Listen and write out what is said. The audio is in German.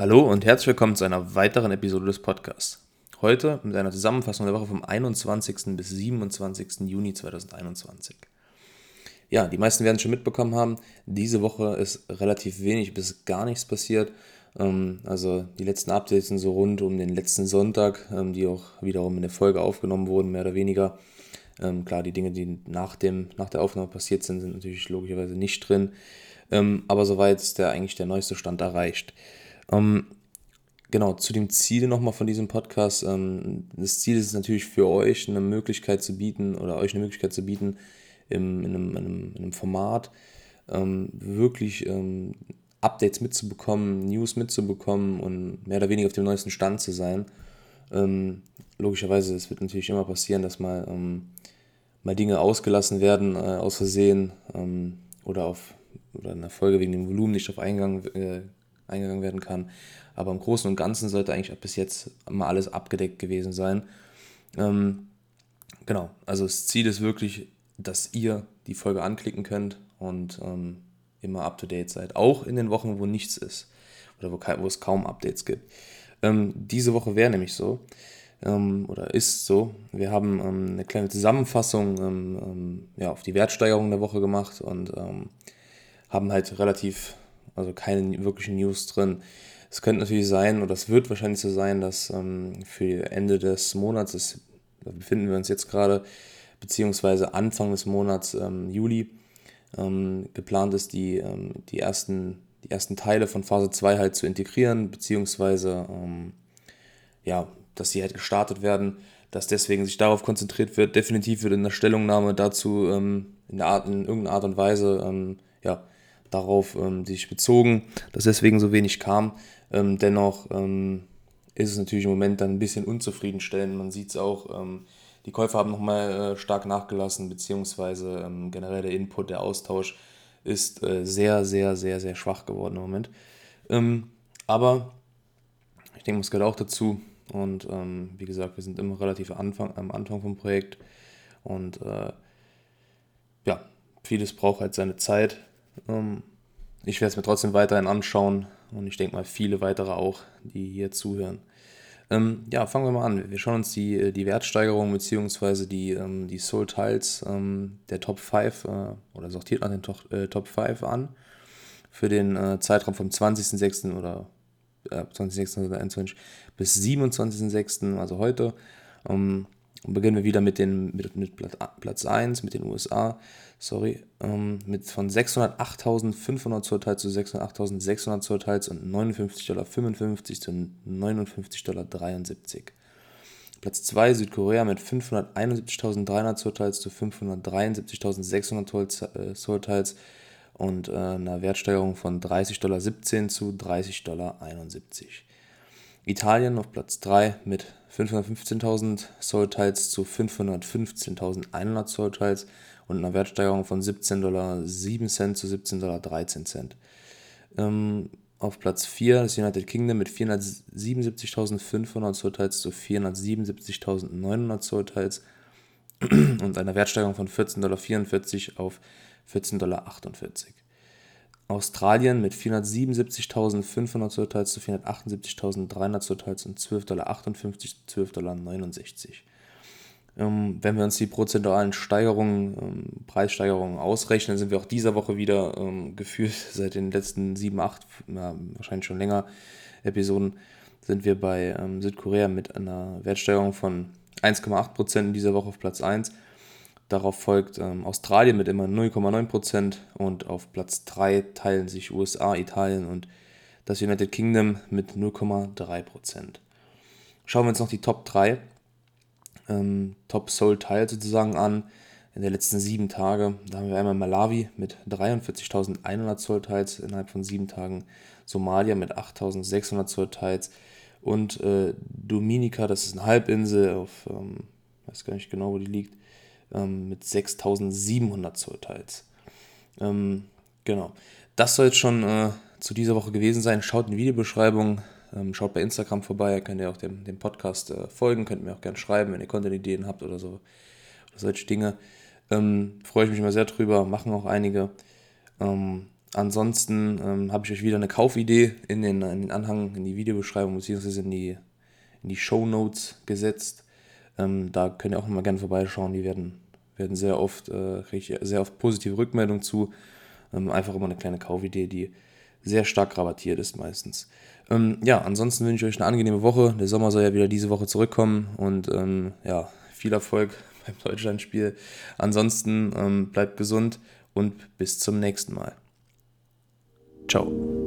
Hallo und herzlich willkommen zu einer weiteren Episode des Podcasts. Heute mit einer Zusammenfassung der Woche vom 21. bis 27. Juni 2021. Ja, die meisten werden es schon mitbekommen haben, diese Woche ist relativ wenig bis gar nichts passiert. Also die letzten Updates sind so rund um den letzten Sonntag, die auch wiederum in der Folge aufgenommen wurden, mehr oder weniger. Klar, die Dinge, die nach der Aufnahme passiert sind, sind natürlich logischerweise nicht drin. Aber soweit ist eigentlich der neueste Stand erreicht. Genau, zu dem Ziel nochmal von diesem Podcast. Das Ziel ist es natürlich für euch eine Möglichkeit zu bieten oder euch eine Möglichkeit zu bieten, in einem Format wirklich Updates mitzubekommen, News mitzubekommen und mehr oder weniger auf dem neuesten Stand zu sein. Logischerweise, es wird natürlich immer passieren, dass mal Dinge ausgelassen werden, aus Versehen oder in der Folge wegen dem Volumen nicht eingegangen werden kann. Aber im Großen und Ganzen sollte eigentlich bis jetzt mal alles abgedeckt gewesen sein. Genau, also das Ziel ist wirklich, dass ihr die Folge anklicken könnt und immer up to date seid. Auch in den Wochen, wo nichts ist oder wo es kaum Updates gibt. Diese Woche wäre nämlich so, oder ist so. Wir haben eine kleine Zusammenfassung auf die Wertsteigerung der Woche gemacht und haben halt also keine wirklichen News drin. Es könnte natürlich sein, oder es wird wahrscheinlich so sein, dass für Ende des Monats, da befinden wir uns jetzt gerade, beziehungsweise Anfang des Monats Juli, geplant ist, die ersten Teile von Phase 2 halt zu integrieren, beziehungsweise dass sie halt gestartet werden, dass deswegen sich darauf konzentriert wird. Definitiv wird in der Stellungnahme dazu in irgendeiner Art und Weise darauf sich bezogen, dass deswegen so wenig kam. Dennoch ist es natürlich im Moment dann ein bisschen unzufriedenstellend. Man sieht es auch, die Käufer haben nochmal stark nachgelassen, beziehungsweise generell der Input, der Austausch ist sehr, sehr, sehr, sehr schwach geworden im Moment. Aber ich denke, es gehört auch dazu. Und wie gesagt, wir sind immer relativ am Anfang vom Projekt. Und vieles braucht halt seine Zeit. Ich werde es mir trotzdem weiterhin anschauen. Und ich denke mal, viele weitere auch, die hier zuhören. Fangen wir mal an. Wir schauen uns die Wertsteigerung bzw. die Soul Tiles der Top 5 oder sortiert nach den Top 5 an. Für den Zeitraum vom 20.06. oder 20.06.2021 bis 27.06., also heute. Beginnen wir wieder mit Platz 1, mit den USA, mit von 608.500 Zollteils zu 608.600 Zollteils und $59,55 zu $59,73. Platz 2 Südkorea mit 571.300 Zollteils zu 573.600 Zollteils und einer Wertsteigerung von $30,17 zu $30,71. Italien auf Platz 3 mit 515.000 Zollteils zu 515.100 Zollteils und einer Wertsteigerung von $17,07 zu $17,13. Auf Platz 4 das United Kingdom mit 477.500 Zollteils zu 477.900 Zollteils und einer Wertsteigerung von $14,44 auf $14,48. Australien mit 477.500 Zollteils zu 478.300 Zollteils und $12,58, $12,69. Wenn wir uns die prozentualen Preissteigerungen ausrechnen, sind wir auch dieser Woche wieder gefühlt seit den letzten 7, 8, wahrscheinlich schon länger Episoden, sind wir bei Südkorea mit einer Wertsteigerung von 1,8% in dieser Woche auf Platz 1. Darauf folgt Australien mit immer 0,9% und auf Platz 3 teilen sich USA, Italien und das United Kingdom mit 0,3%. Schauen wir uns noch die Top 3 Top Soul Tile sozusagen an in den letzten 7 Tagen. Da haben wir einmal Malawi mit 43.100 Zollteils innerhalb von 7 Tagen, Somalia mit 8.600 Zollteils und Dominica, das ist eine Halbinsel weiß gar nicht genau, wo die liegt, mit 6.700 Zollteils. Genau. Das soll jetzt schon zu dieser Woche gewesen sein. Schaut in die Videobeschreibung, schaut bei Instagram vorbei, könnt ihr auch dem Podcast folgen, könnt mir auch gerne schreiben, wenn ihr Content-Ideen habt oder so, oder solche Dinge. Freue ich mich immer sehr drüber, machen auch einige. Ansonsten habe ich euch wieder eine Kaufidee in den Anhang, in die Videobeschreibung bzw. in die Shownotes gesetzt. Da könnt ihr auch immer gerne vorbeischauen. Die werden sehr oft, kriege ich sehr oft positive Rückmeldungen zu. Einfach immer eine kleine Kaufidee, die sehr stark rabattiert ist meistens. Ja, ansonsten wünsche ich euch eine angenehme Woche. Der Sommer soll ja wieder diese Woche zurückkommen und ja, viel Erfolg beim Deutschlandspiel. Ansonsten bleibt gesund und bis zum nächsten Mal. Ciao.